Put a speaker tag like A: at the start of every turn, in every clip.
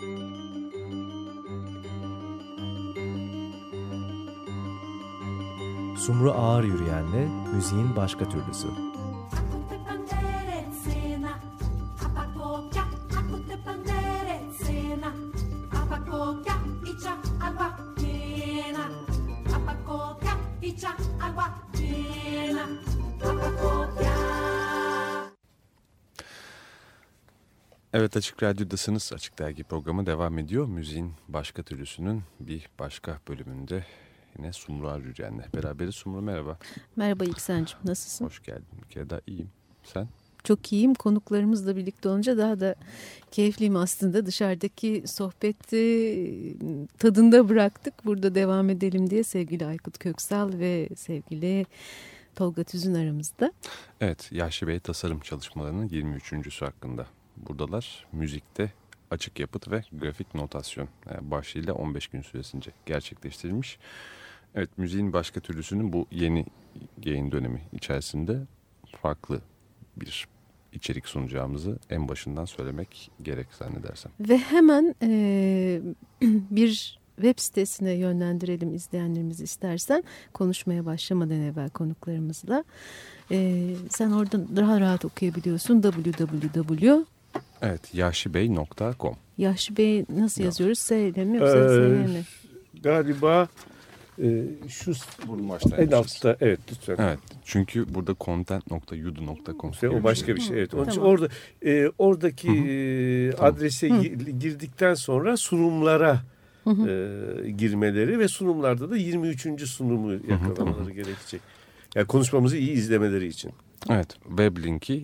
A: Sumru Ağır Yürüyen'le müziğin başka türlüsü.
B: Evet, Açık Radyo'dasınız. Açık Dergi programı devam ediyor. Müziğin başka türlüsünün bir başka bölümünde yine Sumru Ağır Yürüyen'le beraberiz. Sumru, merhaba.
C: Merhaba İlksen'cim, nasılsın?
B: Hoş geldin. Bir kere daha iyiyim. Sen?
C: Çok iyiyim. Konuklarımızla birlikte olunca daha da keyifliyim aslında. Dışarıdaki sohbeti tadında bıraktık. Burada devam edelim diye sevgili Aykut Köksal ve sevgili Tolga Tüzün aramızda.
B: Evet, Yahşi Bey tasarım çalışmalarının 23.'sü hakkında buradalar. Müzikte açık yapıt ve grafik notasyon başlığıyla 15 gün süresince gerçekleştirilmiş. Evet, müziğin başka türlüsünün bu yeni yayın dönemi içerisinde farklı bir içerik sunacağımızı en başından söylemek gerek zannedersem.
C: Ve hemen bir web sitesine yönlendirelim izleyenlerimizi istersen, konuşmaya başlamadan evvel konuklarımızla. Sen oradan daha rahat okuyabiliyorsun. www.
B: Evet, yahşibey.com.
C: Yahşibey nasıl yazıyoruz? S ile mi yoksa S mi?
D: Galiba şu en altta, evet lütfen.
B: Evet, çünkü burada content.yudu.com.
D: O başka bir şey. Evet. Onun için orada oradaki adrese girdikten sonra sunumlara girmeleri ve sunumlarda da 23. sunumu yakalamaları gerekecek. Yani konuşmamızı iyi izlemeleri için.
B: Evet, web linki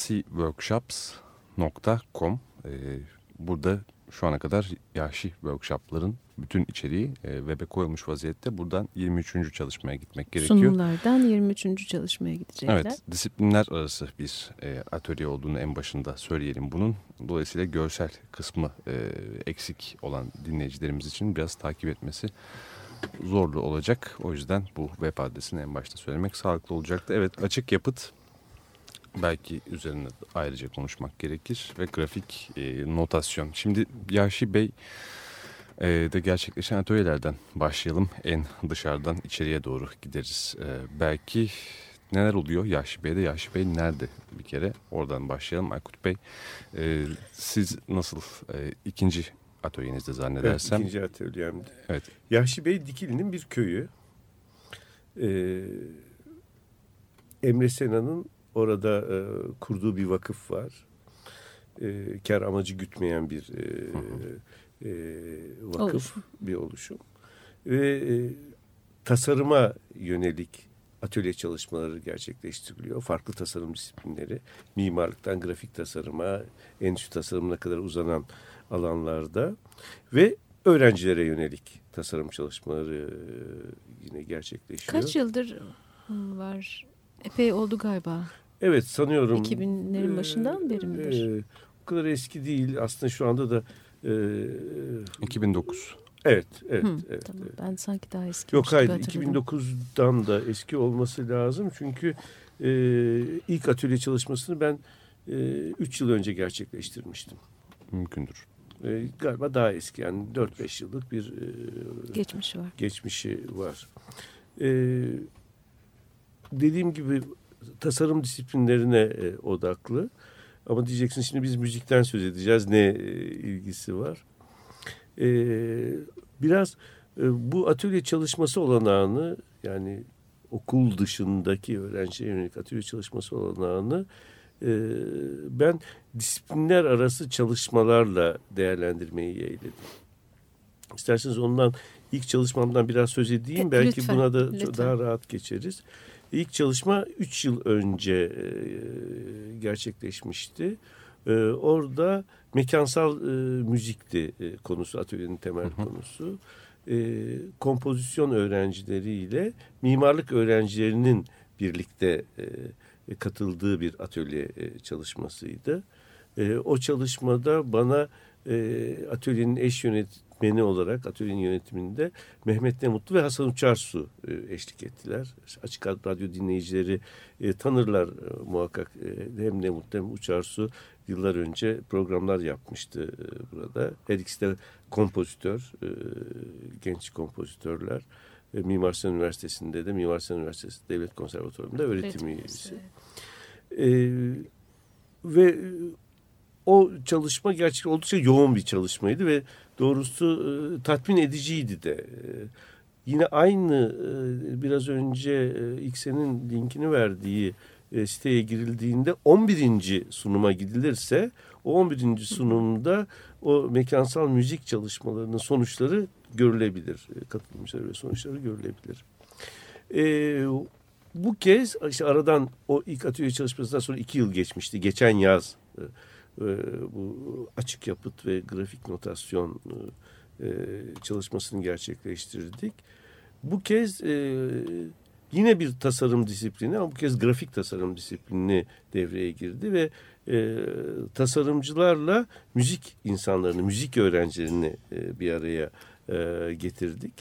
B: yahsiworkshops.com. Burada şu ana kadar Yahşi Workshop'ların bütün içeriği web'e koyulmuş vaziyette. Buradan 23. çalışmaya gitmek gerekiyor.
C: Sunumlardan 23. çalışmaya gidecekler.
B: Evet, disiplinler arası bir atölye olduğunu en başında söyleyelim bunun. Dolayısıyla görsel kısmı eksik olan dinleyicilerimiz için biraz takip etmesi zorlu olacak. O yüzden bu web adresini en başta söylemek sağlıklı olacaktı. Evet, açık yapıt. Belki üzerine ayrıca konuşmak gerekir ve grafik notasyon. Şimdi Yahşi Bey de gerçekleşen atölyelerden başlayalım. En dışarıdan içeriye doğru gideriz. Belki neler oluyor Yahşi Bey'de? Yahşi Bey nerede bir kere? Oradan başlayalım. Aykut Bey, siz nasıl ikinci atölyenizde zannedersem?
D: Evet, ikinci atölyemde.
B: Evet.
D: Yahşi Bey Dikili'nin bir köyü. Emre Sena'nın orada kurduğu bir vakıf var. Kar amacı gütmeyen bir vakıf, bir oluşum. Ve tasarıma yönelik atölye çalışmaları gerçekleştiriliyor. Farklı tasarım disiplinleri, mimarlıktan grafik tasarıma, endüstri tasarımına kadar uzanan alanlarda ve öğrencilere yönelik tasarım çalışmaları yine gerçekleşiyor.
C: Kaç yıldır var? Epey oldu galiba.
D: Evet, sanıyorum.
C: 2000'lerin başından beri midir?
D: O kadar eski değil. Aslında şu anda da
B: 2009.
D: Evet.
C: Tamam.
D: Evet.
C: Ben sanki daha eski.
D: Yok, hayır, 2009'dan da eski olması lazım. Çünkü ilk atölye çalışmasını ben 3 yıl önce gerçekleştirmiştim.
B: Mümkündür.
D: Galiba daha eski, yani 4-5 yıllık bir
C: geçmişi
D: var. Dediğim gibi tasarım disiplinlerine odaklı. Ama diyeceksin, şimdi biz müzikten söz edeceğiz. Ne ilgisi var? Biraz bu atölye çalışması olanağını, yani okul dışındaki öğrenciye yönelik atölye çalışması olanağını ben disiplinler arası çalışmalarla değerlendirmeyi yeğledim. İsterseniz ondan, ilk çalışmamdan biraz söz edeyim. Belki lütfen, buna da lütfen daha rahat geçeriz. İlk çalışma 3 yıl önce gerçekleşmişti. Orada mekansal müzikti konusu, atölyenin temel konusu. Kompozisyon öğrencileriyle mimarlık öğrencilerinin birlikte katıldığı bir atölye çalışmasıydı. O çalışmada bana atölyenin eş yönetmeni olarak atölyenin yönetiminde Mehmet Nemutlu ve Hasan Uçarsu eşlik ettiler. Açık Radyo dinleyicileri tanırlar muhakkak. Hem Nemutlu hem Uçarsu yıllar önce programlar yapmıştı burada. Her ikisi de kompozitör, genç kompozitörler. Mimar Sinan Üniversitesi'nde de Mimar Sinan Üniversitesi Devlet Konservatuvarı'nda öğretim üyesi. Ve o çalışma gerçekten oldukça yoğun bir çalışmaydı ve doğrusu tatmin ediciydi de. Yine aynı biraz önce İksen'in linkini verdiği siteye girildiğinde 11. sunuma gidilirse o 11. sunumda o mekansal müzik çalışmalarının sonuçları görülebilir. Katılımcıları ve sonuçları görülebilir. Bu kez işte aradan o ilk atölye çalışmasından sonra 2 yıl geçmişti. Geçen yaz bu açık yapıt ve grafik notasyon çalışmasını gerçekleştirdik. Bu kez yine bir tasarım disiplini ama bu kez grafik tasarım disiplini devreye girdi ve tasarımcılarla müzik insanlarını, müzik öğrencilerini bir araya getirdik.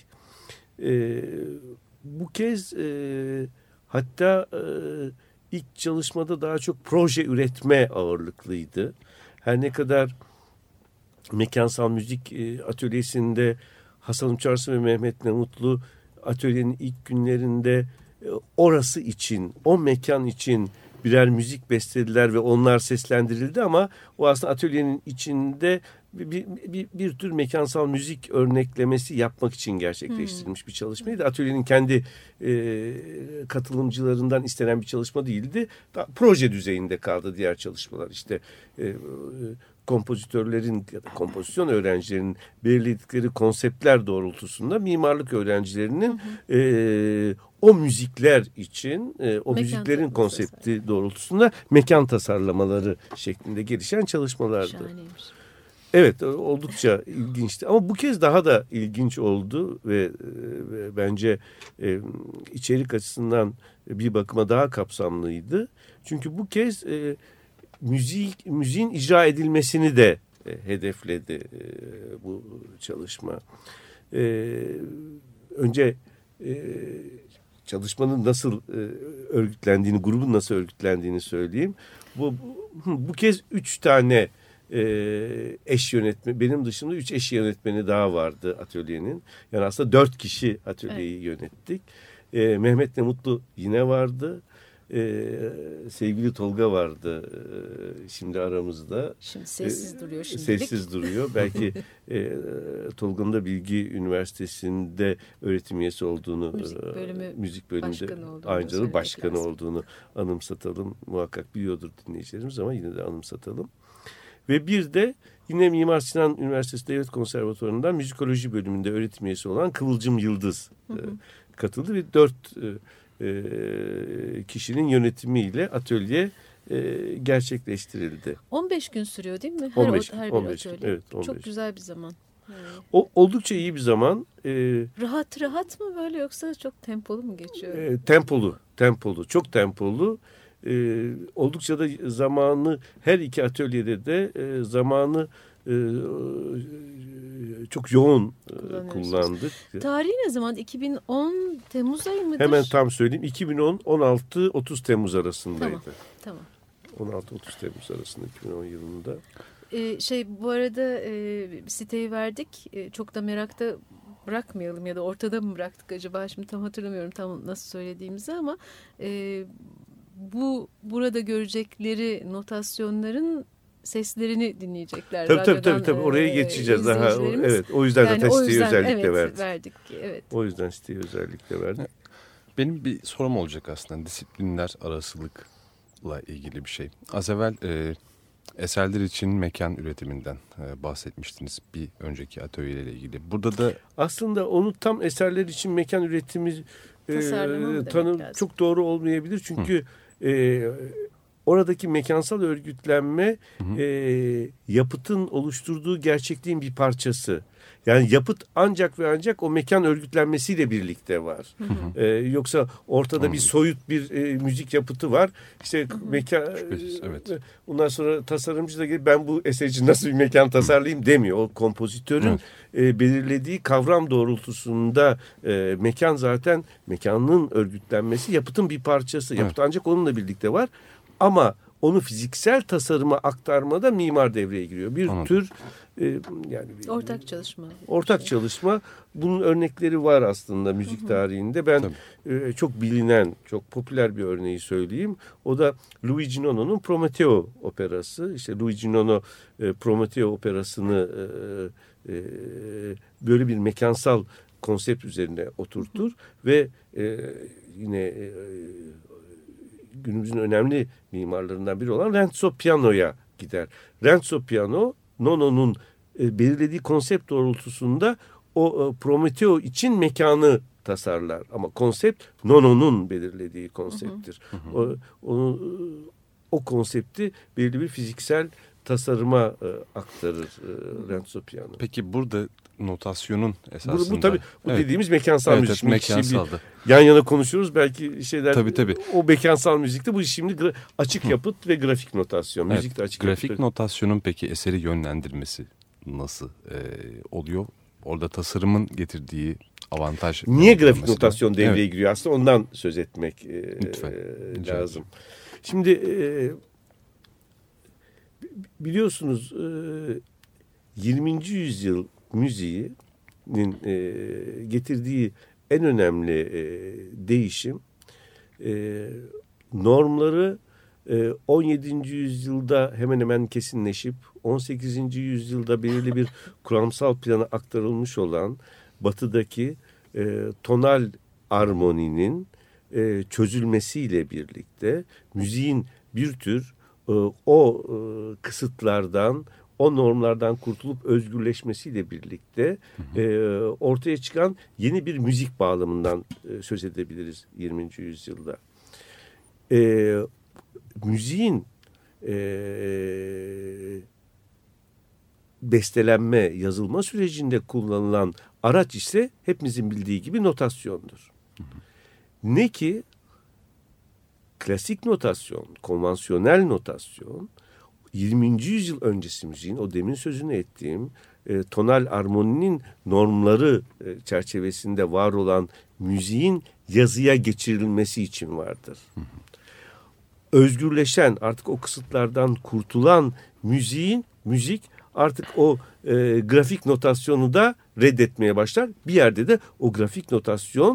D: Bu kez hatta ilk çalışmada daha çok proje üretme ağırlıklıydı. Her ne kadar mekansal müzik atölyesinde Hasan Uçarsu ve Mehmet Nemutlu atölyenin ilk günlerinde orası için, o mekan için birer müzik bestelediler ve onlar seslendirildi ama o aslında atölyenin içinde bir tür mekansal müzik örneklemesi yapmak için gerçekleştirilmiş bir çalışmaydı. Atölyenin kendi katılımcılarından istenen bir çalışma değildi. Proje düzeyinde kaldı diğer çalışmalar. İşte kompozitörlerin ya da kompozisyon öğrencilerinin belirledikleri konseptler doğrultusunda mimarlık öğrencilerinin o müzikler için o müziklerin konsepti doğrultusunda mekan tasarlamaları şeklinde gelişen çalışmalardı.
C: Şahaneymiş.
D: Evet, oldukça ilginçti ama bu kez daha da ilginç oldu ve bence içerik açısından bir bakıma daha kapsamlıydı. Çünkü bu kez müziğin icra edilmesini de hedefledi bu çalışma. Önce çalışmanın nasıl örgütlendiğini, grubun nasıl örgütlendiğini söyleyeyim. Bu kez 3 tane eş yönetmen, benim dışımda 3 eş yönetmeni daha vardı atölyenin. Yani aslında 4 kişi atölyeyi yönettik. Mehmet Nemutlu yine vardı. Sevgili Tolga vardı şimdi aramızda.
C: Şimdi sessiz duruyor şimdilik.
D: Sessiz duruyor. Belki Tolga'nın da Bilgi Üniversitesi'nde öğretim üyesi olduğunu, müzik bölümünde aynı başkanı olduğunu anımsatalım. Muhakkak biliyordur dinleyicilerimiz ama yine de anımsatalım. Ve bir de yine Mimar Sinan Üniversitesi Devlet Konservatuvarı'ndan müzikoloji bölümünde öğretim üyesi olan Kıvılcım Yıldız katıldı ve 4 kişinin yönetimiyle atölye gerçekleştirildi.
C: 15 gün sürüyor değil mi?
D: 15
C: her bir
D: 15
C: atölye.
D: Evet, 15.
C: Çok güzel bir zaman.
D: Oldukça iyi bir zaman.
C: Rahat mı böyle yoksa çok tempolu mu geçiyor?
D: Tempolu, çok tempolu. Oldukça da zamanı her iki atölyede de zamanı çok yoğun kullandık.
C: Tarihi ne zaman? 2010 Temmuz ayı mıdır?
D: Hemen tam söyleyeyim. 2010 16-30 Temmuz arasındaydı.
C: Tamam.
D: 16-30 Temmuz arasında 2010 yılında.
C: Bu arada siteyi verdik. Çok da merakta bırakmayalım ya da ortada mı bıraktık acaba? Şimdi tam hatırlamıyorum tam nasıl söylediğimizi ama burada görecekleri notasyonların seslerini dinleyecekler.
D: Tabii oraya geçeceğiz daha. Evet, o yüzden zaten siteyi özellikle verdik.
C: Evet.
D: O yüzden siteyi özellikle verdik.
B: Benim bir sorum olacak aslında disiplinler arasılıkla ilgili bir şey. Az evvel eserler için mekan üretiminden bahsetmiştiniz bir önceki atölyeyle ilgili. Burada da
D: aslında onu tam eserler için mekan üretimi tanım çok doğru olmayabilir. Çünkü oradaki mekansal örgütlenme yapıtın oluşturduğu gerçekliğin bir parçası. Yani yapıt ancak ve ancak o mekan örgütlenmesiyle birlikte var. Yoksa ortada bir soyut bir müzik yapıtı var. İşte mekan,
B: evet.
D: Ondan sonra tasarımcı da gelip ben bu eser için nasıl bir mekan tasarlayayım demiyor. O kompozitörün belirlediği kavram doğrultusunda mekan zaten mekanın örgütlenmesi yapıtın bir parçası. Yapıt ancak onunla birlikte var. Ama onu fiziksel tasarıma aktarmada mimar devreye giriyor. Bir tür yani ortak çalışma. Bunun örnekleri var aslında müzik tarihinde. Ben çok bilinen, çok popüler bir örneği söyleyeyim. O da Luigi Nono'nun Prometeo operası. İşte Luigi Nono Prometeo operasını böyle bir mekansal konsept üzerine oturtur ve yine günümüzün önemli mimarlarından biri olan Renzo Piano'ya gider. Renzo Piano, Nono'nun belirlediği konsept doğrultusunda o Prometeo için mekanı tasarlar. Ama konsept Nono'nun belirlediği konsepttir. O konsepti belirli bir fiziksel tasarıma aktarır Renzo Piano.
B: Peki burada notasyonun esasında...
D: Bu tabii dediğimiz mekansal müzik.
B: Evet, mekansaldı.
D: Yan yana konuşuyoruz belki şeyler.
B: Tabii.
D: O mekansal müzikte bu şimdi açık yapıt ve grafik notasyon.
B: Evet,
D: müzikte açık
B: grafik
D: yapıt.
B: notasyonun peki eseri yönlendirmesi nasıl oluyor? Orada tasarımın getirdiği avantaj...
D: Niye grafik notasyon devreye giriyor? Aslında ondan söz etmek lazım. Şimdi biliyorsunuz 20. yüzyıl müziğinin getirdiği en önemli değişim normları 17. yüzyılda hemen hemen kesinleşip 18. yüzyılda belirli bir kuramsal plana aktarılmış olan batıdaki tonal armoninin çözülmesiyle birlikte müziğin bir tür o kısıtlardan, o normlardan kurtulup özgürleşmesiyle birlikte ortaya çıkan yeni bir müzik bağlamından söz edebiliriz 20. yüzyılda. Müziğin bestelenme, yazılma sürecinde kullanılan araç ise hepimizin bildiği gibi notasyondur. Ne ki klasik notasyon, konvansiyonel notasyon 20. yüzyıl öncesi müziğin o demin sözünü ettiğim tonal armoninin normları çerçevesinde var olan müziğin yazıya geçirilmesi için vardır. Özgürleşen, artık o kısıtlardan kurtulan müzik artık o grafik notasyonu da reddetmeye başlar. Bir yerde de o grafik notasyon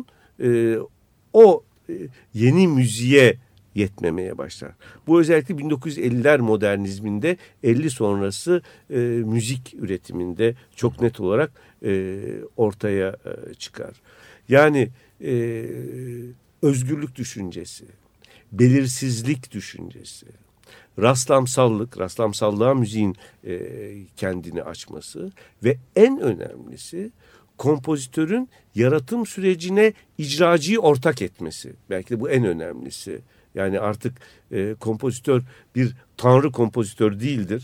D: yeni müziğe yetmemeye başlar. Bu özellikle 1950'ler modernizminde 50 sonrası müzik üretiminde çok net olarak ortaya çıkar. Yani özgürlük düşüncesi, belirsizlik düşüncesi, rastlamsallığa müziğin kendini açması ve en önemlisi kompozitörün yaratım sürecine icracıyı ortak etmesi. Belki de bu en önemlisi. Yani artık kompozitör bir tanrı kompozitör değildir.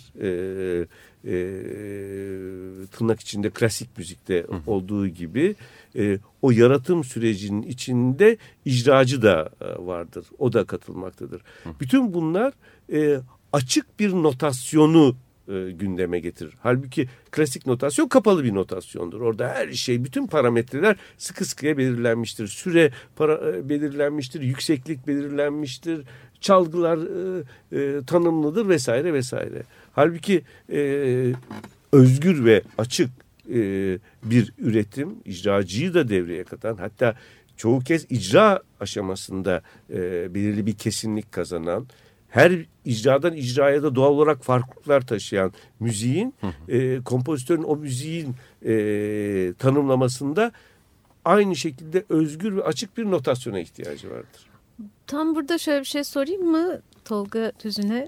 D: Tırnak içinde klasik müzikte olduğu gibi o yaratım sürecinin içinde icracı da vardır. O da katılmaktadır. Bütün bunlar açık bir notasyonu gündeme getirir. Halbuki klasik notasyon kapalı bir notasyondur. Orada her şey, bütün parametreler sıkı sıkıya belirlenmiştir. Süre belirlenmiştir, yükseklik belirlenmiştir, çalgılar tanımlıdır vesaire vesaire. Halbuki özgür ve açık bir üretim, icracıyı da devreye katan, hatta çoğu kez icra aşamasında belirli bir kesinlik kazanan, her icradan icraya da doğal olarak farklılıklar taşıyan müziğin, kompozitörün o müziğin tanımlamasında aynı şekilde özgür ve açık bir notasyona ihtiyacı vardır.
C: Tam burada şöyle bir şey sorayım mı Tolga Tüzün'e?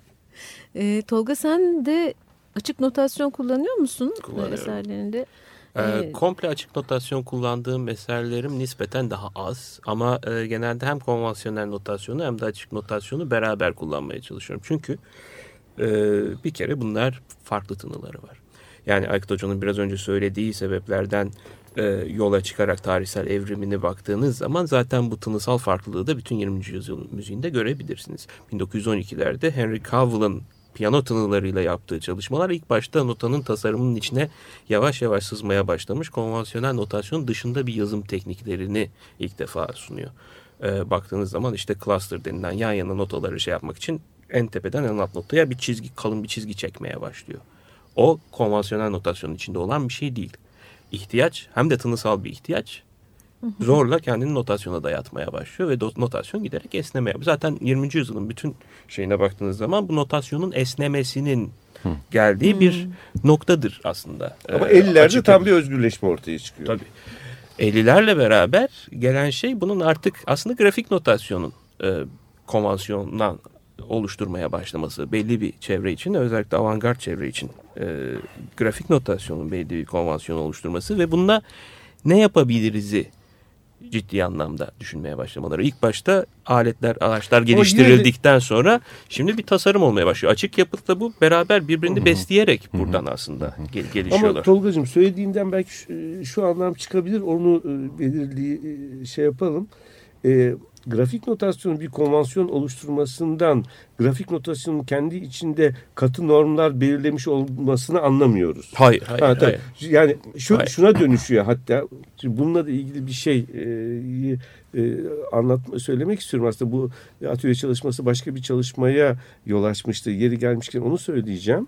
C: Tolga, sen de açık notasyon kullanıyor musun eserlerinde?
E: Komple açık notasyon kullandığım eserlerim nispeten daha az ama genelde hem konvansiyonel notasyonu hem de açık notasyonu beraber kullanmaya çalışıyorum. Çünkü bir kere bunlar farklı tınıları var. Yani Aykut Hoca'nın biraz önce söylediği sebeplerden yola çıkarak tarihsel evrimine baktığınız zaman zaten bu tınısal farklılığı da bütün 20. yüzyıl müziğinde görebilirsiniz. 1912'lerde Henry Cowell'ın piyano tınılarıyla yaptığı çalışmalar ilk başta notanın tasarımının içine yavaş yavaş sızmaya başlamış. Konvansiyonel notasyon dışında bir yazım tekniklerini ilk defa sunuyor. Baktığınız zaman işte cluster denilen yan yana notaları şey yapmak için en tepeden en alt notaya bir çizgi, kalın bir çizgi çekmeye başlıyor. O konvansiyonel notasyonun içinde olan bir şey değil. İhtiyaç, hem de tınısal bir ihtiyaç, zorla kendini notasyona dayatmaya başlıyor ve notasyon giderek esnemeye. Zaten 20. yüzyılın bütün şeyine baktığınız zaman bu notasyonun esnemesinin geldiği bir noktadır aslında.
D: Ama 50'lerde tam bir özgürleşme ortaya çıkıyor.
E: Tabii. 50'lerle beraber gelen şey bunun artık aslında grafik notasyonun konvansiyondan oluşturmaya başlaması. Belli bir çevre için, özellikle avantgard çevre için grafik notasyonun belli bir konvansiyon oluşturması ve bununla ne yapabiliriz'i ciddi anlamda düşünmeye başlamaları. İlk başta aletler, araçlar geliştirildikten sonra şimdi bir tasarım olmaya başlıyor. Açık yapıtla bu beraber birbirini besleyerek buradan aslında gelişiyorlar.
D: Ama Tolgacığım söylediğinden belki şu anlam çıkabilir. Onu belirli şey yapalım. Grafik notasyonun bir konvansiyon oluşturmasından grafik notasyonun kendi içinde katı normlar belirlemiş olmasını anlamıyoruz.
E: Hayır.
D: Yani şuna dönüşüyor hatta. Bununla da ilgili bir şey söylemek istiyorum. Aslında bu atölye çalışması başka bir çalışmaya yol açmıştı. Yeri gelmişken onu söyleyeceğim.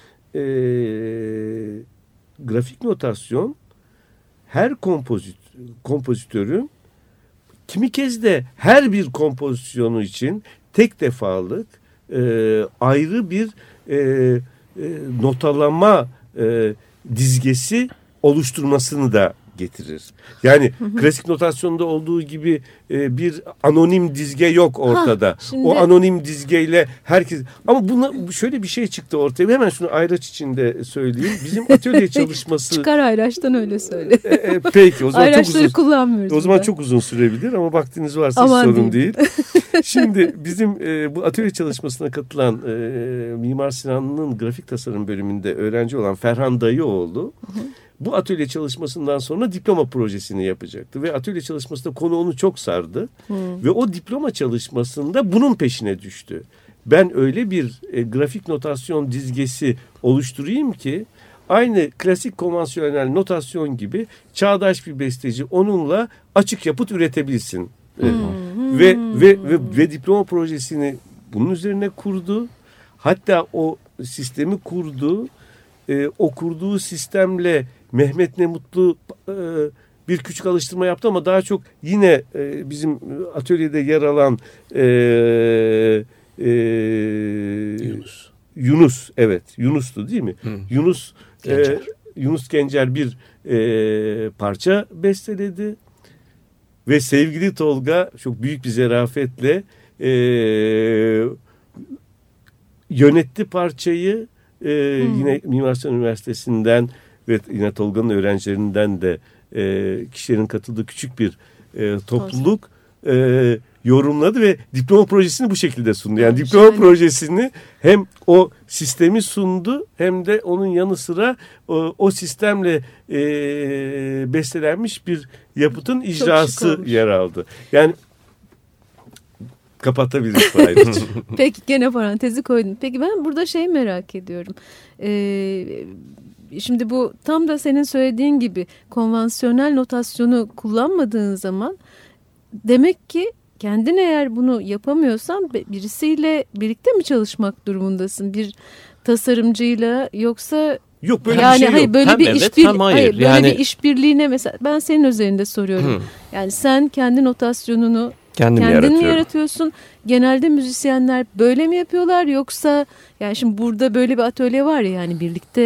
D: Grafik notasyon her kompozitörün kimi kez de her bir kompozisyonu için tek defalık ayrı bir notalama dizgesi oluşturmasını da getirir. Yani klasik notasyonda olduğu gibi bir anonim dizge yok ortada. Şimdi... O anonim dizgeyle herkes... Ama buna şöyle bir şey çıktı ortaya. Hemen şunu ayraç içinde söyleyeyim. Bizim atölye çalışması...
C: Çıkar ayraçtan öyle söyle.
D: Peki. O zaman
C: ayraçları kullanmıyoruz.
D: O zaman çok uzun sürebilir ama vaktiniz varsa hiç sorun değil. Şimdi bizim bu atölye çalışmasına katılan Mimar Sinan'ın grafik tasarım bölümünde öğrenci olan Ferhan Dayıoğlu... Bu atölye çalışmasından sonra diploma projesini yapacaktı. Ve atölye çalışmasında konu onu çok sardı. Ve o diploma çalışmasında bunun peşine düştü. Ben öyle bir grafik notasyon dizgesi oluşturayım ki aynı klasik konvansiyonel notasyon gibi çağdaş bir besteci onunla açık yapıt üretebilsin. Ve diploma projesini bunun üzerine kurdu. Hatta o sistemi kurdu. O kurduğu sistemle Mehmet Nemutlu bir küçük alıştırma yaptı ama daha çok yine bizim atölyede yer alan Yunus. Evet, Yunus'tu değil mi? Yunus Gencer bir parça besteledi ve sevgili Tolga çok büyük bir zarafetle yönetti parçayı. Yine Mimar Sinan Üniversitesi'nden ve yine Tolga'nın öğrencilerinden de kişilerin katıldığı küçük bir topluluk yorumladı ve diploma projesini bu şekilde sundu. Yani diploma projesini hem o sistemi sundu hem de onun yanı sıra o sistemle bestelenmiş bir yapıtın icrası yer aldı. Yani kapatabiliriz.
C: Peki gene parantezi koydum. Peki ben burada merak ediyorum. Şimdi bu tam da senin söylediğin gibi konvansiyonel notasyonu kullanmadığın zaman demek ki kendin eğer bunu yapamıyorsan birisiyle birlikte mi çalışmak durumundasın? Bir tasarımcıyla yoksa
D: yok böyle bir şey yok.
C: Böyle bir işbirliğine mesela ben senin özelinde soruyorum. Yani sen kendi notasyonunu kendin mi yaratıyorsun? Genelde müzisyenler böyle mi yapıyorlar yoksa yani şimdi burada böyle bir atölye var ya yani birlikte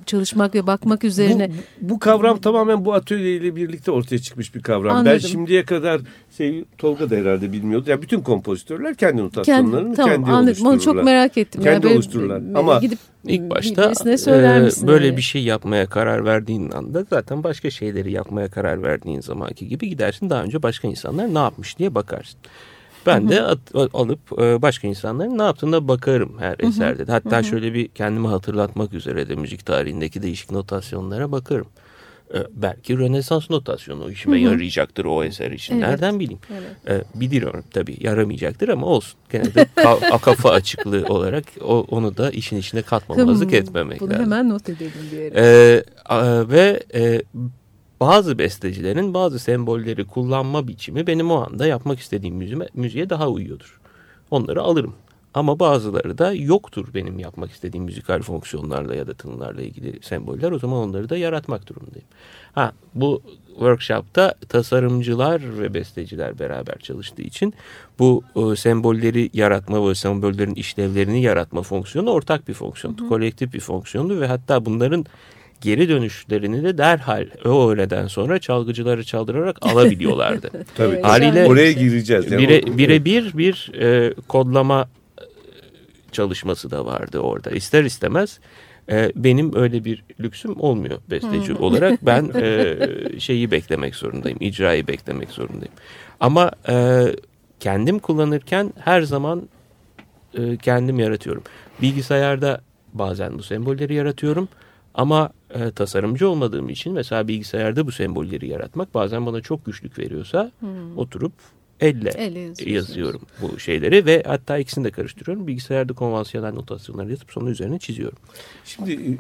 C: çalışmak ve bakmak üzerine.
D: Bu kavram tamamen bu atölyeyle birlikte ortaya çıkmış bir kavram.
C: Anladım.
D: Ben şimdiye kadar Tolga da herhalde bilmiyordu. Yani bütün kompozitörler kendi notasyonlarını kendi oluştururlar.
C: Onu çok merak ettim.
D: Kendi oluştururlar. Ama
C: gidip
E: İlk başta böyle bir şey yapmaya karar verdiğin anda zaten başka şeyleri yapmaya karar verdiğin zamanki gibi gidersin. Daha önce başka insanlar ne yapmış diye bakarsın. Ben de alıp başka insanların ne yaptığına bakarım her eserde. Hatta şöyle bir kendimi hatırlatmak üzere de müzik tarihindeki değişik notasyonlara bakarım. Belki Rönesans notasyonu işime yarayacaktır o eser için. Evet. Nereden bileyim? Evet. Biliyorum tabii yaramayacaktır ama olsun. Gene de kafa açıklığı olarak onu da işin içine katmamazlık etmemek lazım.
C: Bunu hemen not edelim diyelim.
E: Ve bazı bestecilerin bazı sembolleri kullanma biçimi benim o anda yapmak istediğim müziğe daha uyuyordur. Onları alırım. Ama bazıları da yoktur benim yapmak istediğim müzikal fonksiyonlarla ya da tınılarla ilgili semboller. O zaman onları da yaratmak durumundayım. Bu workshop'ta tasarımcılar ve besteciler beraber çalıştığı için bu sembolleri yaratma ve sembollerin işlevlerini yaratma fonksiyonu ortak bir fonksiyondu. Kolektif bir fonksiyondu ve hatta bunların geri dönüşlerini de derhal o öğleden sonra çalgıcıları çaldırarak alabiliyorlardı.
D: Tabii. Haliyle oraya gireceğiz.
E: Birebir bir kodlama çalışması da vardı orada. İster istemez benim öyle bir lüksüm olmuyor besteci olarak. Ben şeyi beklemek zorundayım, icrayı beklemek zorundayım. Ama kendim kullanırken her zaman kendim yaratıyorum. Bilgisayarda bazen bu sembolleri yaratıyorum. Ama tasarımcı olmadığım için mesela bilgisayarda bu sembolleri yaratmak bazen bana çok güçlük veriyorsa oturup elle yazıyorum bu şeyleri ve hatta ikisini de karıştırıyorum. Bilgisayarda konvansiyonel notasyonları yazıp sonra üzerine çiziyorum.
D: Şimdi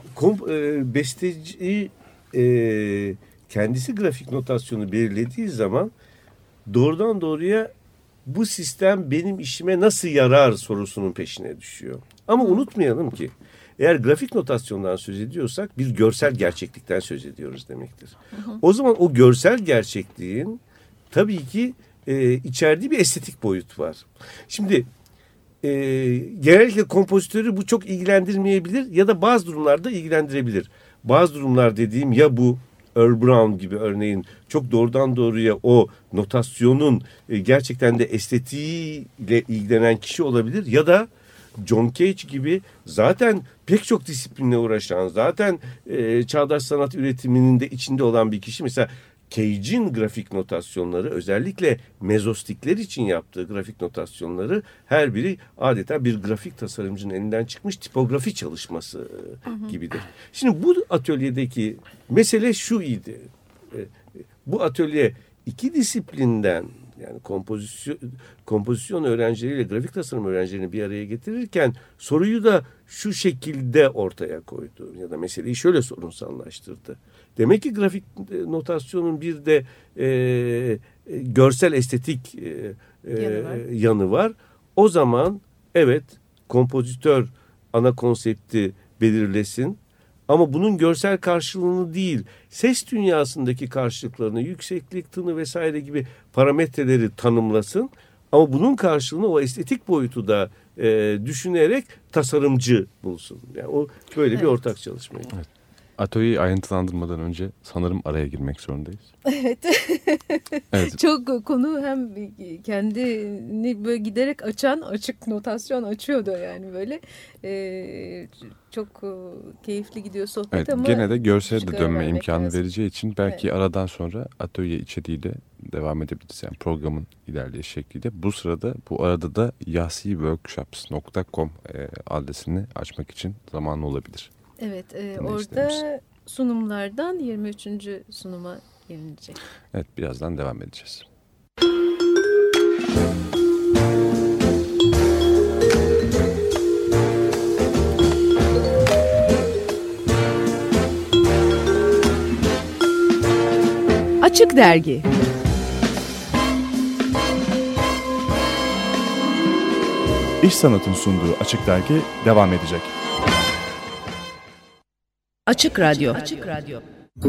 D: besteci kendisi grafik notasyonu belirlediği zaman doğrudan doğruya bu sistem benim işime nasıl yarar sorusunun peşine düşüyor. Ama unutmayalım ki eğer grafik notasyondan söz ediyorsak bir görsel gerçeklikten söz ediyoruz demektir. O zaman o görsel gerçekliğin tabii ki içerdiği bir estetik boyut var. Şimdi genellikle kompozitörü bu çok ilgilendirmeyebilir ya da bazı durumlarda ilgilendirebilir. Bazı durumlar dediğim ya bu Earl Brown gibi örneğin çok doğrudan doğruya o notasyonun gerçekten de estetiğiyle ilgilenen kişi olabilir ya da John Cage gibi zaten pek çok disiplinle uğraşan, zaten çağdaş sanat üretiminin de içinde olan bir kişi. Mesela Cage'in grafik notasyonları, özellikle mezostikler için yaptığı grafik notasyonları her biri adeta bir grafik tasarımcının elinden çıkmış tipografi çalışması gibidir. Şimdi bu atölyedeki mesele şu idi. Bu atölye iki disiplinden, yani kompozisyon öğrencileriyle grafik tasarım öğrencilerini bir araya getirirken soruyu da şu şekilde ortaya koydu ya da meseleyi şöyle sorunsallaştırdı. Demek ki grafik notasyonun bir de görsel estetik yanı var. O zaman evet, kompozitör ana konsepti belirlesin. Ama bunun görsel karşılığını değil, ses dünyasındaki karşılıklarını, yükseklik, tını vesaire gibi parametreleri tanımlasın. Ama bunun karşılığını o estetik boyutu da düşünerek tasarımcı bulsun. Yani o böyle bir ortak çalışmaydı.
B: Evet. Atölyeyi ayrıntılandırmadan önce sanırım araya girmek zorundayız.
C: Evet. Evet. Çok konu hem kendini böyle giderek açık notasyon açıyordu yani böyle. Çok keyifli gidiyor sohbet, evet, ama
B: gene de görsele de dönme imkanı lazım. Vereceği için belki evet, aradan sonra atölye içeriğiyle devam edebiliriz. Yani programın ilerleyiş şekliyle. Bu sırada, bu arada da yasiworkshops.com adresini açmak için zamanı olabilir.
C: Evet, orada sunumlardan 23. sunuma gelinecek.
B: Evet, birazdan devam edeceğiz.
F: Açık Dergi.
G: İş Sanat'ın sunduğu Açık Dergi devam edecek.
F: Açık Radyo. Açık Radyo.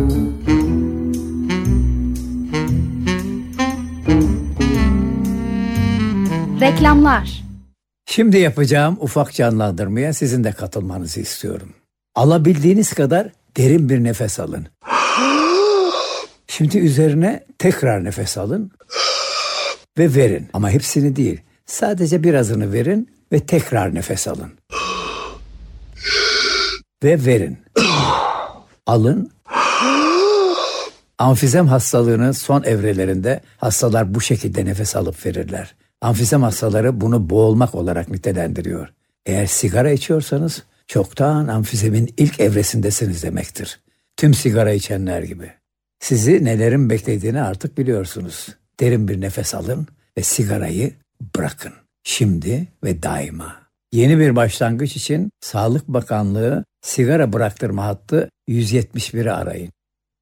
H: Reklamlar.
I: Şimdi yapacağım ufak canlandırmaya sizin de katılmanızı istiyorum. Alabildiğiniz kadar Derin bir nefes alın. Şimdi üzerine tekrar nefes alın ve verin. Ama hepsini değil. Sadece birazını verin ve tekrar nefes alın. Ve verin. Alın. Amfizem hastalığının son evrelerinde hastalar bu şekilde nefes alıp verirler. Amfizem hastaları bunu boğulmak olarak nitelendiriyor. Eğer sigara içiyorsanız çoktan amfizemin ilk evresindesiniz demektir. Tüm sigara içenler gibi. Sizi nelerin beklediğini artık biliyorsunuz. Derin bir nefes alın ve sigarayı bırakın. Şimdi ve daima. Yeni bir başlangıç için Sağlık Bakanlığı sigara bıraktırma hattı 171'i arayın.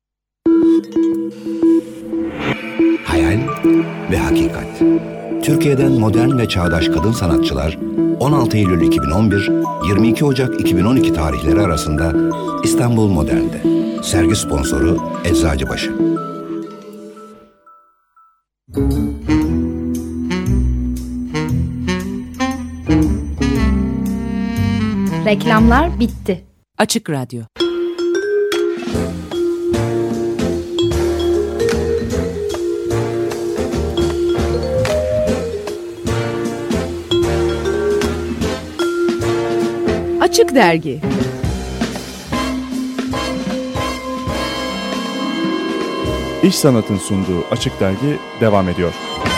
J: Hayal ve hakikat. Türkiye'den modern ve çağdaş kadın sanatçılar 16 Eylül 2011, 22 Ocak 2012 tarihleri arasında İstanbul Modern'de. Sergi sponsoru Eczacıbaşı.
H: Reklamlar bitti.
F: Açık Radyo. Açık Dergi.
G: İş Sanat'ın sunduğu Açık Dergi devam ediyor.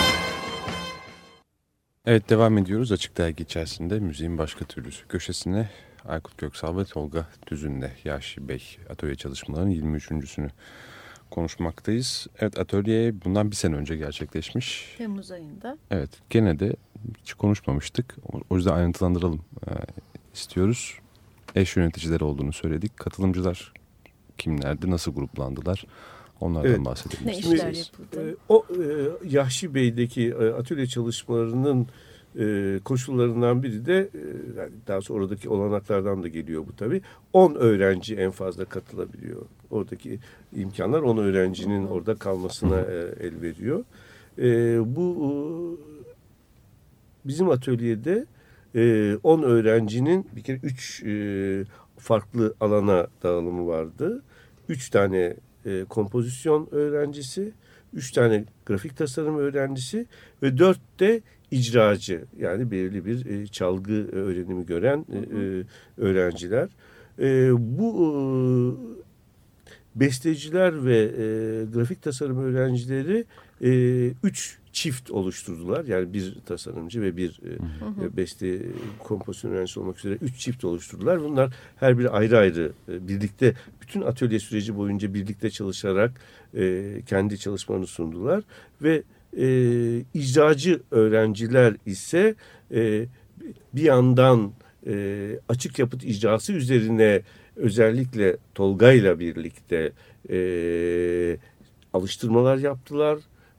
B: Evet, devam ediyoruz. Açık Dergi içerisinde müziğin başka türlüsü köşesine Aykut Köksal ve Tolga Düzün'le Yahşi Bey atölye çalışmalarının 23.sünü konuşmaktayız. Evet, atölye bundan bir sene önce gerçekleşmiş.
C: Temmuz ayında.
B: Evet, gene de hiç konuşmamıştık. O yüzden ayrıntılandıralım istiyoruz. Eş yöneticileri olduğunu söyledik. Katılımcılar kimlerdi, nasıl gruplandılar? Onlardan bahsedelim.
C: Ne işler yapıldı?
D: Yahşi Bey'deki atölye çalışmalarının koşullarından biri de yani daha sonra oradaki olanaklardan da geliyor bu tabii. 10 öğrenci en fazla katılabiliyor. Oradaki imkanlar 10 öğrencinin orada kalmasına el veriyor. Bu bizim atölyede 10 öğrencinin bir kere 3 farklı alana dağılımı vardı. 3 tane kompozisyon öğrencisi, 3 tane grafik tasarım öğrencisi ve 4 de icracı, yani belirli bir çalgı öğrenimi gören öğrenciler. Bu besteciler ve grafik tasarım öğrencileri 3 çift oluşturdular. Yani bir tasarımcı ve bir beste kompozisyon öğrencisi olmak üzere 3 çift oluşturdular. Bunlar her biri ayrı ayrı birlikte bütün atölye süreci boyunca birlikte çalışarak kendi çalışmalarını sundular. Ve icracı öğrenciler ise bir yandan açık yapıt icrası üzerine özellikle Tolga'yla birlikte alıştırmalar yaptılar.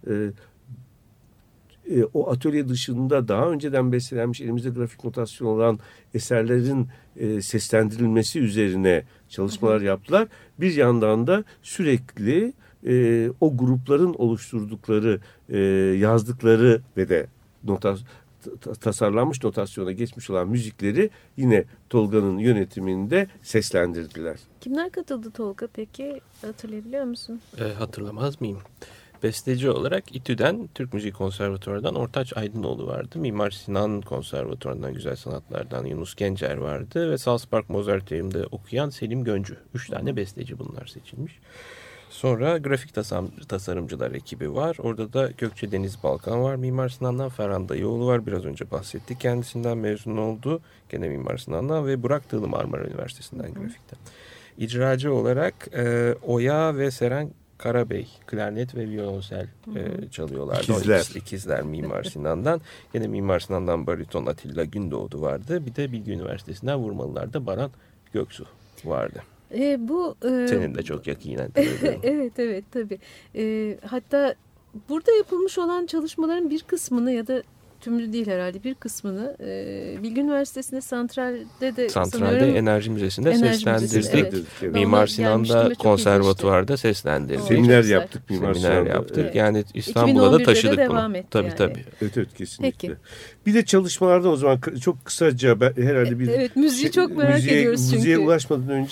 D: O atölye dışında daha önceden bestelenmiş elimizde grafik notasyon olan eserlerin seslendirilmesi üzerine çalışmalar yaptılar. Bir yandan da sürekli o grupların oluşturdukları, yazdıkları ve de tasarlanmış notasyona geçmiş olan müzikleri yine Tolga'nın yönetiminde seslendirdiler.
C: Kimler katıldı Tolga peki? Hatırlayabiliyor musun?
E: Hatırlamaz mıyım? Besteci olarak İTÜ'den, Türk Müziği Konservatuvarı'ndan Ortaç Aydınoğlu vardı. Mimar Sinan Konservatuvarı'ndan Güzel Sanatlar'dan Yunus Gencer vardı. Ve Salzburg Mozarteum'da okuyan Selim Göncü. 3 tane besteci bunlar seçilmiş. Sonra grafik tasarımcılar ekibi var. Orada da Gökçe Deniz Balkan var. Mimar Sinan'dan Ferhan Dayıoğlu var. Biraz önce bahsettik. Kendisinden mezun oldu. Gene Mimar Sinan'dan ve Burak Tığlı Marmara Üniversitesi'nden grafikte. İcracı olarak Oya ve Seren Karabey klarnet ve violonsel çalıyorlardı. İkizler Mimar Sinan'dan. Yine Mimar Sinan'dan bariton Atilla Gündoğdu vardı. Bir de Bilgi Üniversitesi'nden vurmalılarda Baran Göksu vardı. Senin de çok yakinen.
C: Evet tabii. Hatta burada yapılmış olan çalışmaların bir kısmını ya da tümünü değil herhalde bir kısmını Bilgi Üniversitesi'nde Santral'de
E: Enerji Müzesi'nde seslendirdik. Evet. Mimar Sinan'da konservatuvarda seslendirdik.
D: Seminer yaptık.
E: Seminer yaptık. Yani İstanbul'a da taşıdık bunu.
D: Tabii. Evet kesinlikle. Peki. Bir de çalışmalardan o zaman çok kısaca herhalde bir
C: müziği çok merak ediyoruz çünkü.
D: Müziğe ulaşmadan önce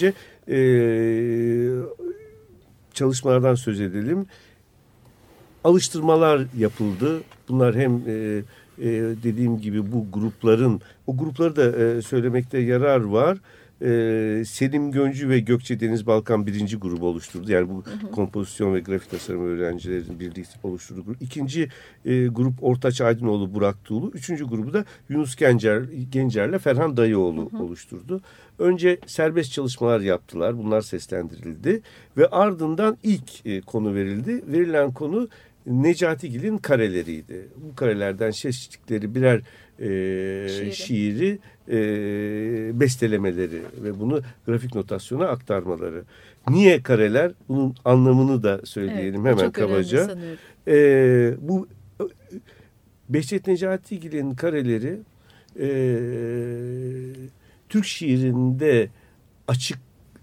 D: çalışmalardan söz edelim. Alıştırmalar yapıldı. Bunlar hem dediğim gibi bu grupları da söylemekte yarar var. Selim Göncü ve Gökçe Deniz Balkan birinci grubu oluşturdu. Yani bu kompozisyon ve grafik tasarım öğrencilerin birlikte oluşturduğu grup. İkinci grup Ortaç Aydınoğlu, Burak Tuğlu. Üçüncü grubu da Yunus Gencer'le Ferhan Dayıoğlu oluşturdu. Önce serbest çalışmalar yaptılar. Bunlar seslendirildi. Ve ardından ilk konu verildi. Verilen konu Necatigil'in kareleriydi. Bu karelerden seçtikleri birer şiiri bestelemeleri ve bunu grafik notasyona aktarmaları. Niye kareler? Bunun anlamını da söyleyelim hemen kabaca. Bu Behçet Necatigil'in kareleri Türk şiirinde açık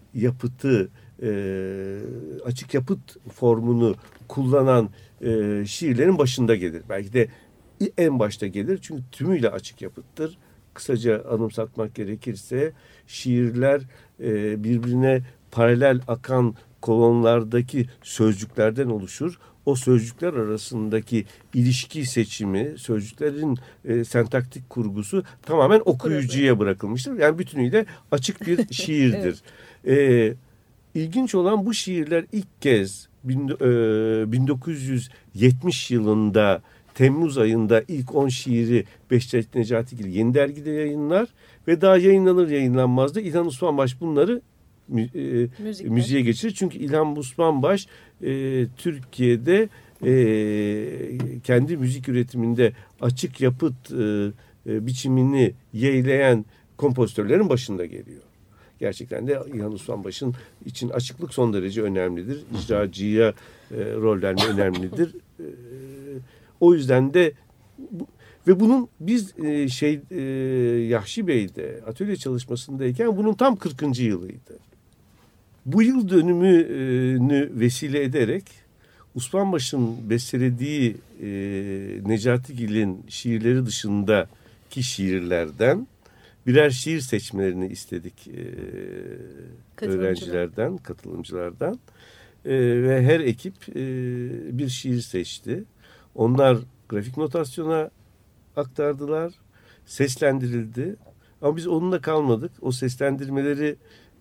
D: yapıt formunu kullanan şiirlerin başında gelir. Belki de en başta gelir çünkü tümüyle açık yapıttır. Kısaca anımsatmak gerekirse şiirler birbirine paralel akan kolonlardaki sözcüklerden oluşur. O sözcükler arasındaki ilişki seçimi, sözcüklerin sentaktik kurgusu tamamen okuyucuya bırakılmıştır. Yani bütünüyle açık bir şiirdir. İlginç olan bu şiirler ilk kez 1970 yılında Temmuz ayında ilk 10 şiiri Behçet Necatigil Yeni Dergi'de yayınlar ve daha yayınlanmaz da İlhan Osmanbaş bunları müziğe geçirir. Çünkü İlhan Osmanbaş Türkiye'de kendi müzik üretiminde açık yapıt biçimini yeğleyen kompozitörlerin başında geliyor. Gerçekten de İlhan Osmanbaş'ın için açıklık son derece önemlidir. İcracıya rol verme önemlidir. O yüzden de ve bunun biz Yahşi Bey'de atölye çalışmasındayken bunun tam 40. yılıydı. Bu yıl dönümünü vesile ederek Osmanbaş'ın bestelediği Necatigil'in şiirleri dışındaki şiirlerden birer şiir seçmelerini istedik öğrencilerden, katılımcılardan. Ve her ekip bir şiir seçti. Onlar grafik notasyona aktardılar, seslendirildi. Ama biz onunla kalmadık. O seslendirmeleri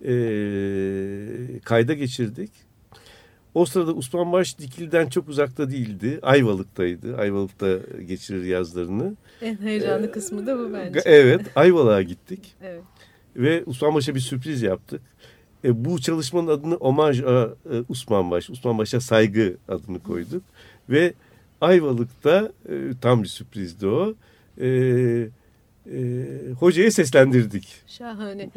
D: kayda geçirdik. O sırada Osmanbaş Dikili'den çok uzakta değildi. Ayvalık'taydı. Ayvalık'ta geçirir yazlarını.
C: En heyecanlı kısmı da bu bence.
D: Evet, Ayvalık'a gittik.
C: Evet.
D: Ve Osmanbaş'a bir sürpriz yaptık. Bu çalışmanın adını Omaj Osmanbaş, Osmanbaş'a saygı adını koyduk. Ve Ayvalık'ta tam bir sürprizdi o. Hocaya seslendirdik.
C: Şahane.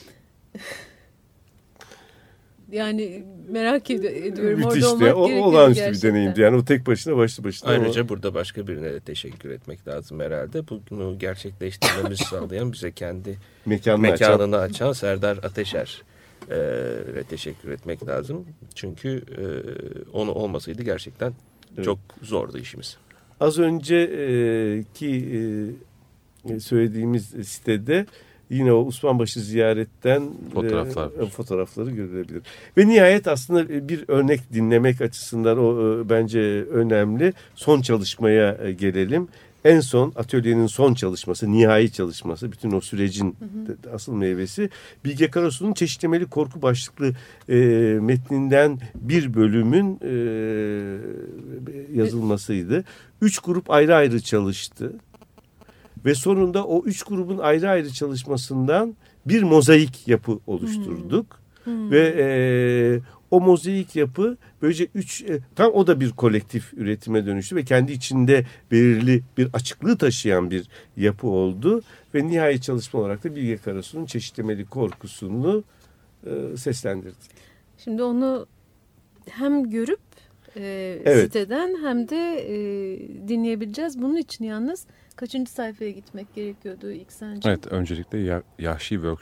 C: Yani merak ediyorum.
D: Müthişti.
C: Orada olmak gerekiyor
D: olağanüstü
C: gerçekten.
D: bir deneyimdi. Yani o tek başına başlı başına.
E: Ayrıca burada başka birine de teşekkür etmek lazım herhalde. Bunu gerçekleştirmemizi sağlayan bize kendi mekanını açan Serdar Ateşer ve teşekkür etmek lazım. Çünkü onu olmasaydı gerçekten çok zordu işimiz.
D: Az önceki söylediğimiz sitede yine o Osmanbaşı ziyaretten fotoğrafları görülebilir. Ve nihayet aslında bir örnek dinlemek açısından o bence önemli. Son çalışmaya gelelim. En son atölyenin son çalışması, nihai çalışması, bütün o sürecin asıl meyvesi Bilge Karasu'nun Çeşitlemeli Korku başlıklı metninden bir bölümün yazılmasıydı. 3 grup ayrı ayrı çalıştı. Ve sonunda o 3 grubun ayrı ayrı çalışmasından bir mozaik yapı oluşturduk. Ve o mozaik yapı böylece tam o da bir kolektif üretime dönüştü ve kendi içinde belirli bir açıklığı taşıyan bir yapı oldu. Ve nihai çalışma olarak da Bilge Karasu'nun Çeşitlemeli Korkusu'nu seslendirdik.
C: Şimdi onu hem görüp siteden hem de dinleyebileceğiz. Bunun için yalnız kaçıncı sayfaya gitmek gerekiyordu ilk sence?
B: Evet, öncelikle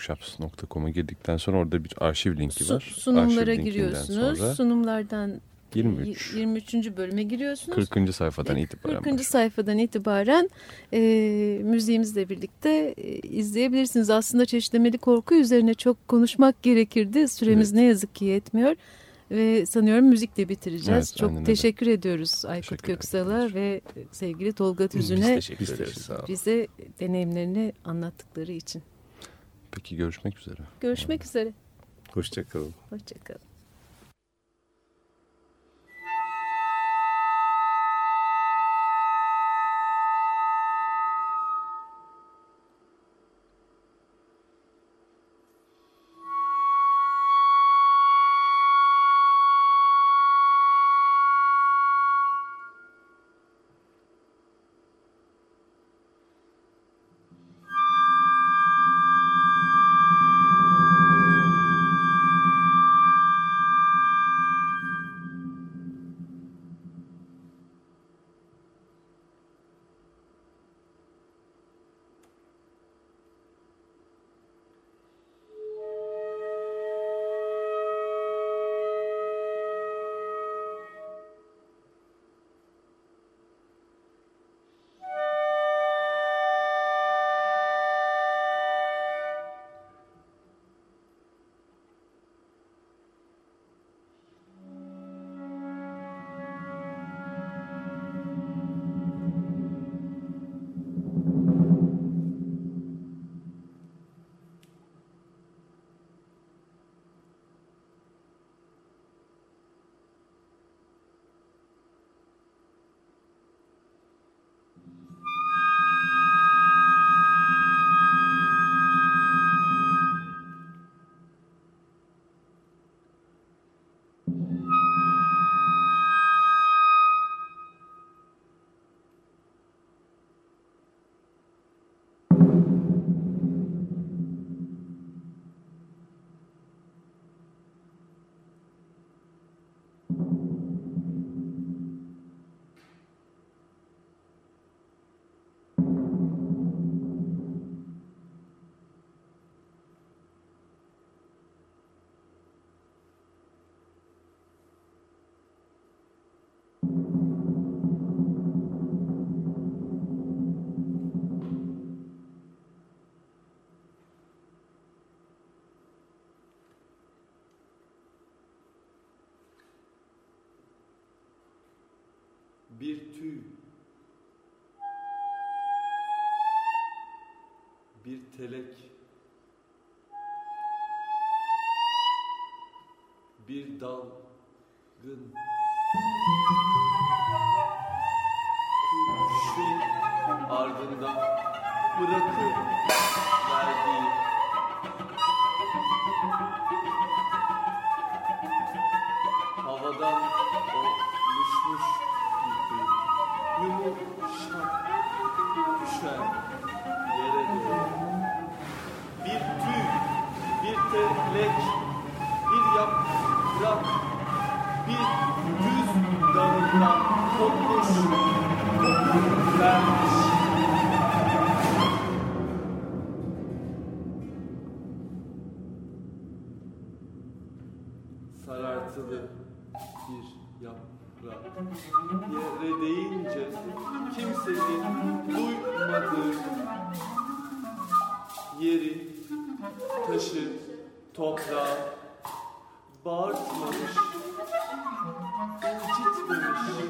B: yahşiworkshops.com'a girdikten sonra orada bir arşiv linki var.
C: Sunumlara giriyorsunuz. Sunumlardan 23. bölüme giriyorsunuz.
B: 40. sayfadan itibaren.
C: 40. sayfadan itibaren müziğimizle birlikte izleyebilirsiniz. Aslında çeşitlemeli korku üzerine çok konuşmak gerekirdi. Süremiz ne yazık ki yetmiyor. Ve sanıyorum müzikle bitireceğiz.
B: Evet,
C: çok teşekkür ediyoruz Aykut Köksal'a ve sevgili Tolga Tüzün'e bize deneyimlerini anlattıkları için.
B: Peki görüşmek üzere.
C: Görüşmek üzere.
D: Hoşçakalın.
C: Hoşçakalın.
K: Bir tüy, bir telek, bir dalgın, kuşun ardından bırakır verdiği havadan oluşmuş yumuşak düşen yere doğru. Bir tüy, bir telek, bir yaprak, bir düz dalından kopmuş, kopup vermiş. Sarartılı bir yaprak yere değince kimsenin duymadığı yeri, taşı, toprağı bağırtmamış, incitmemiş.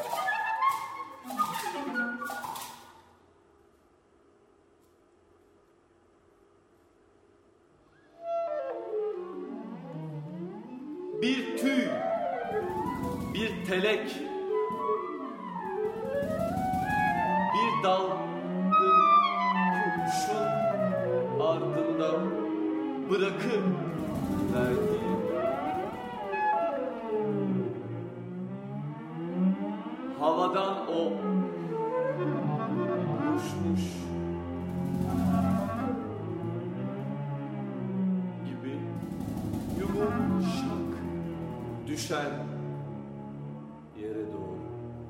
K: Bir tüy, bir telek, bir dalgın kurşun ardından bırakıp verdiği havadan o uçmuş gibi yumuşak düşen yere doğru.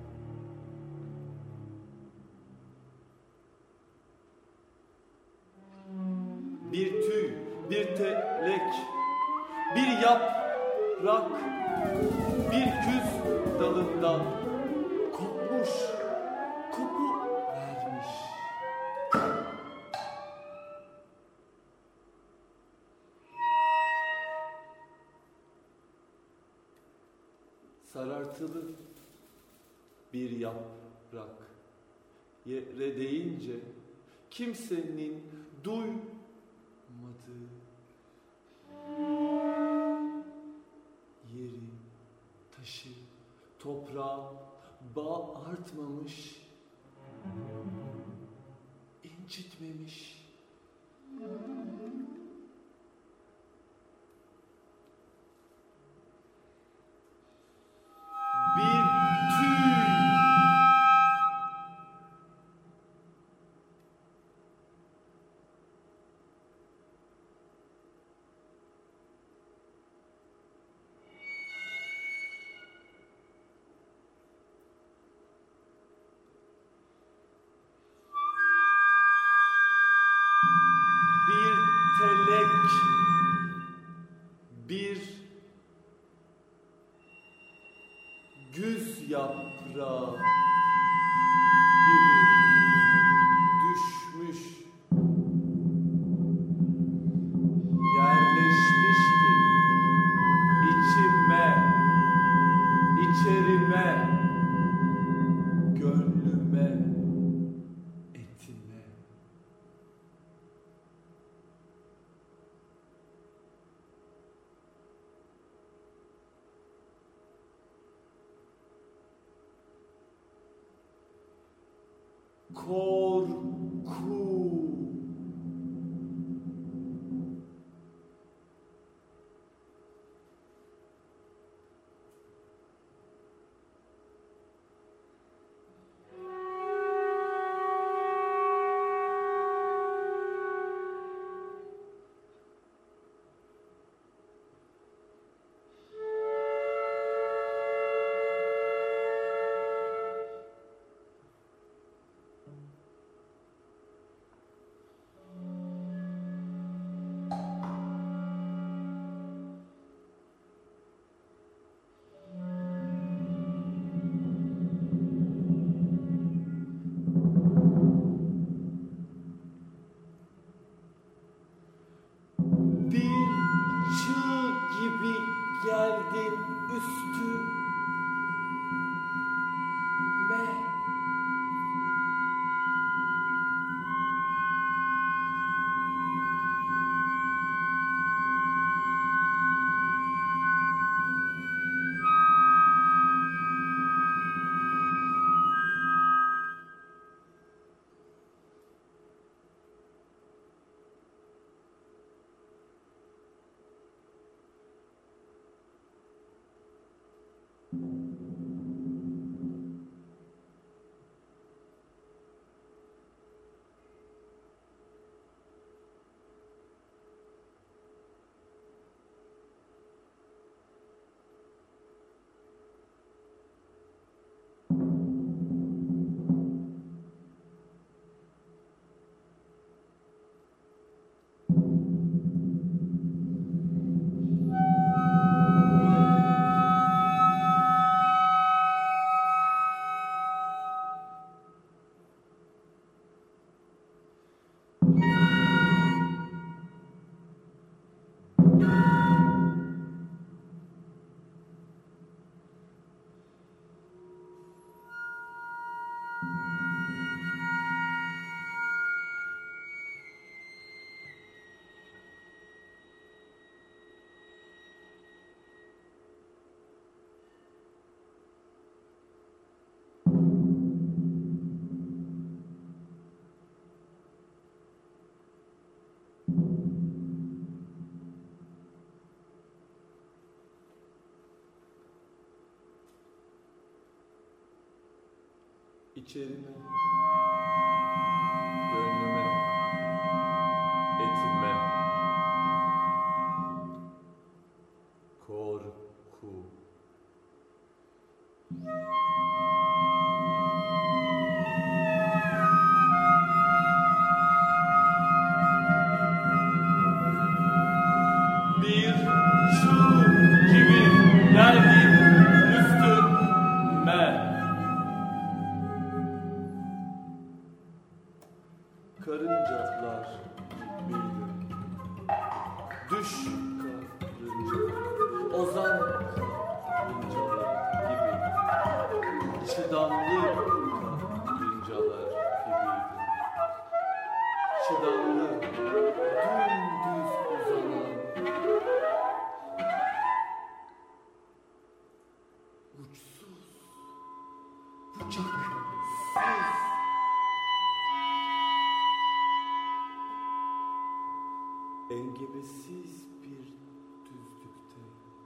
K: Bir tüy, bir telek, bir yaprak, bir güz dalından kopmuş, kopu vermiş. Sarartılı bir yaprak yere değince kimsenin duymadığı, yeri, taşı, toprağı bağırtmamış, incitmemiş. Bir tüy. Bir telek, bir güz yaprağı gibi düşmüş, yerleşmişti içime, içerime, gönlüme, etime. Korku. Bir çığ gibi geldin üstüme. İçerime, gönlüme, etime, korku. Bir çığ gibi geldin ozan karıncalar gibi, çıdanlı karıncalar gibiydim. Çıdanlı, dümdüz uzanan, uçsuz, bucaksız, engebesiz bir düzlükte.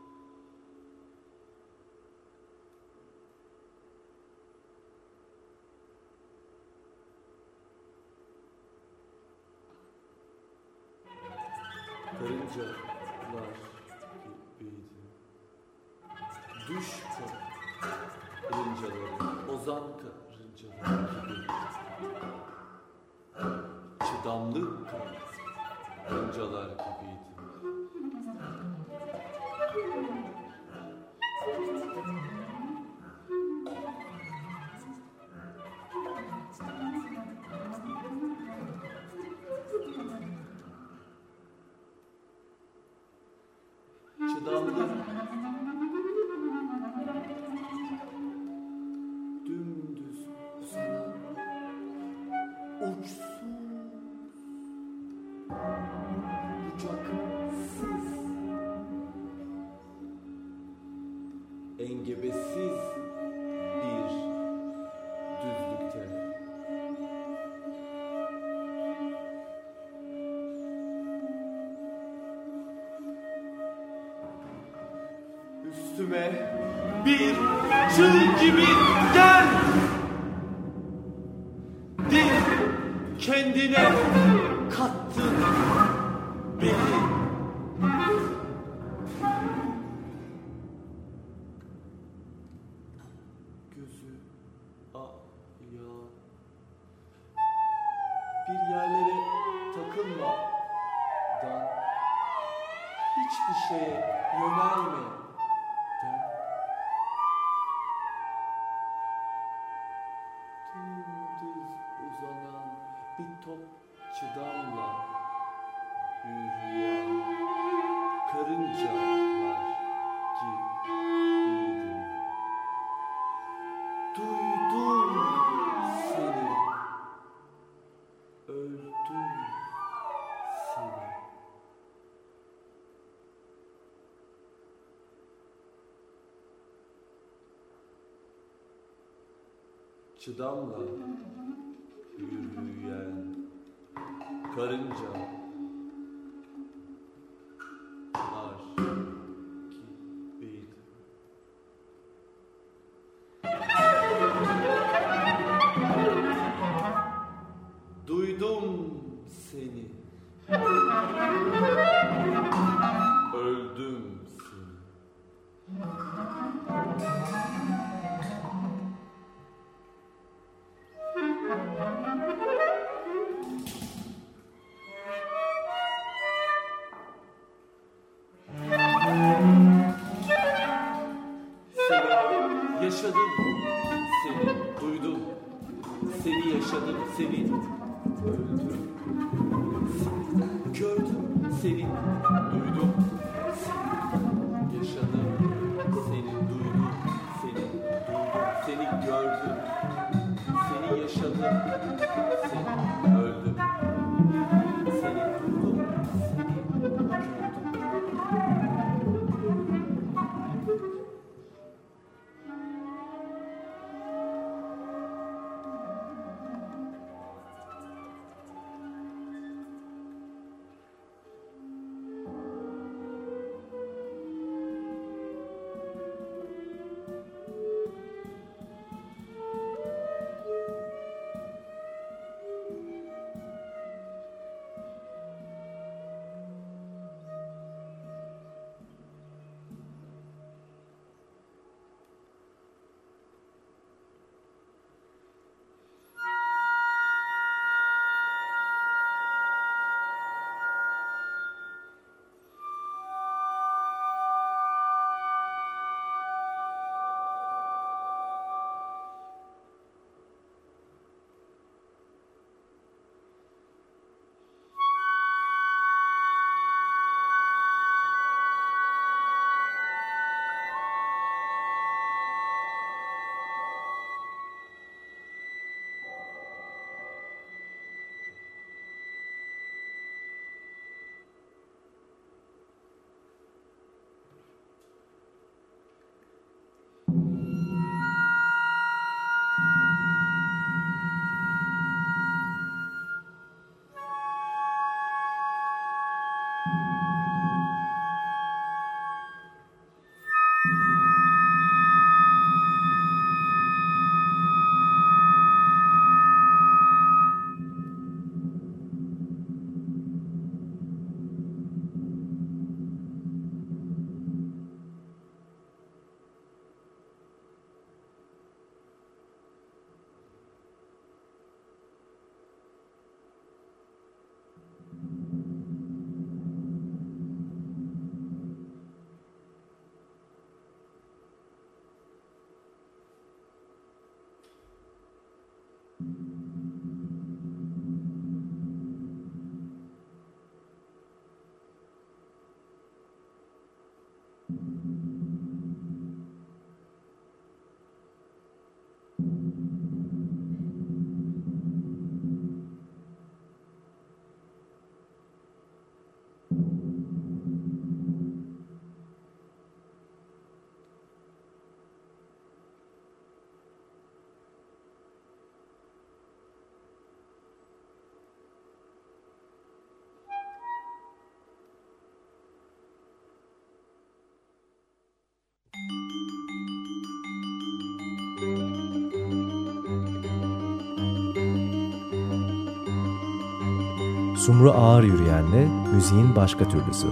K: Karıncalar gibiydim. Düş karıncaları, ozan karıncalar gibi. Çıdanlı karıncalar gibiydim. Çıdanlı, dümdüz uzanan, uçsuz, bucaksız, engebesiz bir düzlükte. Üstüme bir çığ gibi gel. Dil kendine kattın beni. Gözü ayağı, bir yerlere takılmadan, hiçbir şeye yönelmeden, dümdüz uzanan bir top çıdanla yürüyen karıncalar gibiydim. Duydum seni, öldüm seni. Çıdanla yürüyen karıncalar gibiydim. Duydum seni, öldüm seni. Seni yaşadım, seni duydum, seni yaşadım, seni öldüm, seni gördüm, seni duydum, seni yaşadım, seni duydum, seni gördüm, seni yaşadım, seni öldüm, seni duydum, seni gördüm.
A: Sumru Ağır Yürüyen'le müziğin başka türlüsü.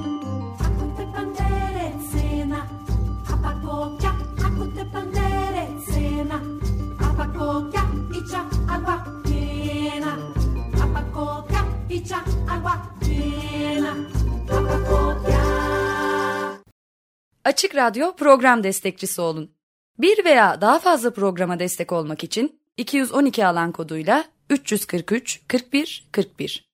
L: Açık Radyo program destekçisi olun. Bir veya daha fazla programa destek olmak için 212 alan koduyla 343 41 41